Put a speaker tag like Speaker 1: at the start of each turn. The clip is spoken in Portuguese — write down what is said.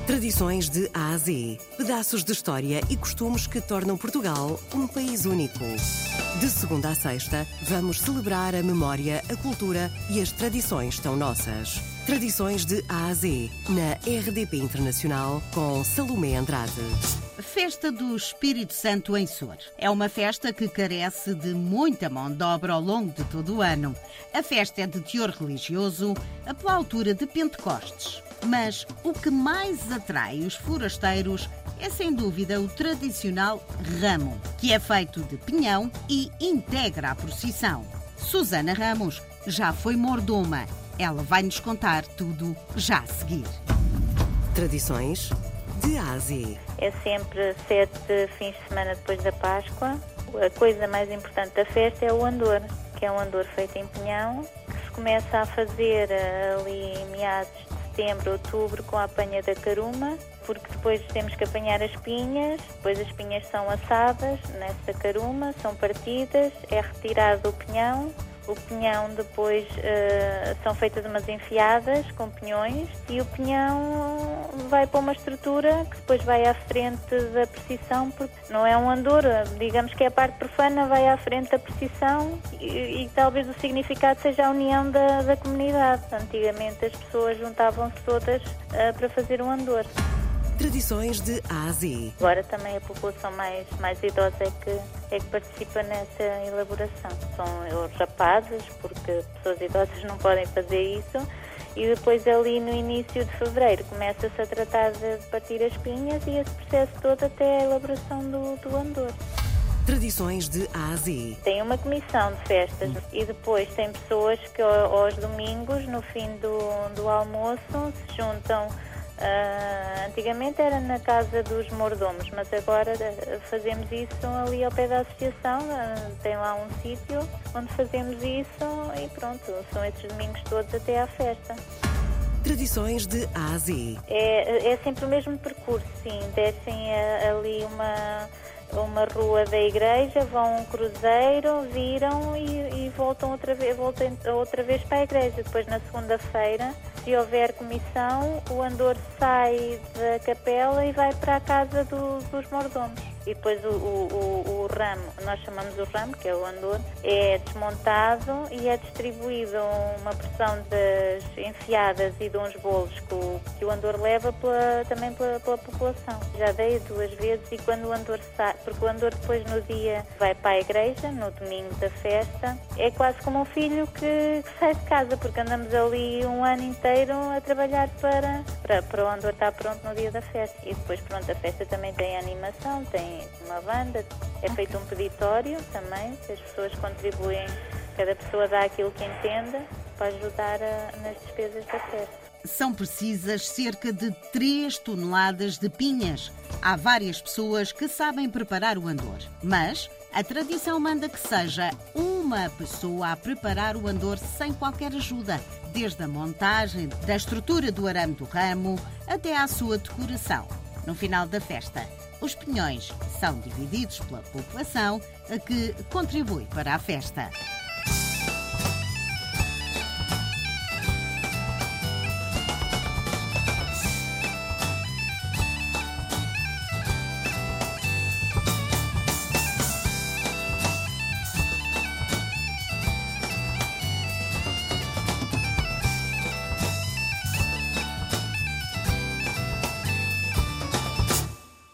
Speaker 1: Tradições de A a Z. Pedaços de história e costumes que tornam Portugal um país único. De segunda a sexta, vamos celebrar a memória, a cultura e as tradições tão nossas. Tradições de A a Z, na RDP Internacional, com Salomé Andrade.
Speaker 2: Festa do Espírito Santo em Sor. É uma festa que carece de muita mão de obra ao longo de todo o ano. A festa é de teor religioso, pela altura de Pentecostes. Mas o que mais atrai os forasteiros é, sem dúvida, o tradicional ramo, que é feito de pinhão e integra a procissão. Susana Ramos já foi mordoma. Ela vai-nos contar tudo já a seguir.
Speaker 1: Tradições de A a Z.
Speaker 3: É sempre 7 fins de semana depois da Páscoa. A coisa mais importante da festa é o andor, que é um andor feito em pinhão, que se começa a fazer ali em meados de setembro, outubro, com a apanha da caruma, porque depois temos que apanhar as pinhas, depois as pinhas são assadas nessa caruma, são partidas, é retirado o pinhão. O pinhão depois são feitas umas enfiadas com pinhões e o pinhão vai para uma estrutura que depois vai à frente da procissão, porque não é um andor, digamos que é a parte profana, vai à frente da procissão e talvez o significado seja a união da comunidade. Antigamente as pessoas juntavam-se todas para fazer um andor.
Speaker 1: Tradições de A a Z.
Speaker 3: Agora também a população mais idosa é que participa nessa elaboração. São os rapazes, porque pessoas idosas não podem fazer isso. E depois ali no início de fevereiro começa-se a tratar de partir as pinhas e esse processo todo até a elaboração do andor.
Speaker 1: Tradições de A a Z.
Speaker 3: Tem uma comissão de festas e depois tem pessoas que aos domingos, no fim do almoço, se juntam. Antigamente era na casa dos mordomos, mas agora fazemos isso ali ao pé da associação, tem lá um sítio onde fazemos isso e pronto, são esses domingos todos até à festa.
Speaker 1: Tradições de A a Z.
Speaker 3: É sempre o mesmo percurso, sim, descem ali uma rua da igreja, vão um cruzeiro, viram e voltam outra vez para a igreja. Depois na segunda-feira, se houver comissão, o andor sai da capela e vai para a casa dos mordomos. E depois o ramo, nós chamamos o ramo, que é o andor, é desmontado e é distribuído uma porção das enfiadas e de uns bolos que o andor leva também pela população. Já dei 2 vezes e quando o andor sai, porque o andor depois no dia vai para a igreja, no domingo da festa, é quase como um filho que sai de casa, porque andamos ali um ano inteiro a trabalhar para o andor estar pronto no dia da festa. E depois pronto, a festa também tem animação, tem uma banda, é feito um peditório também, que as pessoas contribuem, cada pessoa dá aquilo que entenda para ajudar nas despesas da festa.
Speaker 2: São precisas cerca de 3 toneladas de pinhas. Há várias pessoas que sabem preparar o andor, mas a tradição manda que seja uma pessoa a preparar o andor sem qualquer ajuda, desde a montagem da estrutura do arame do ramo até à sua decoração. No final da festa, os pinhões são divididos pela população, a que contribui para a festa.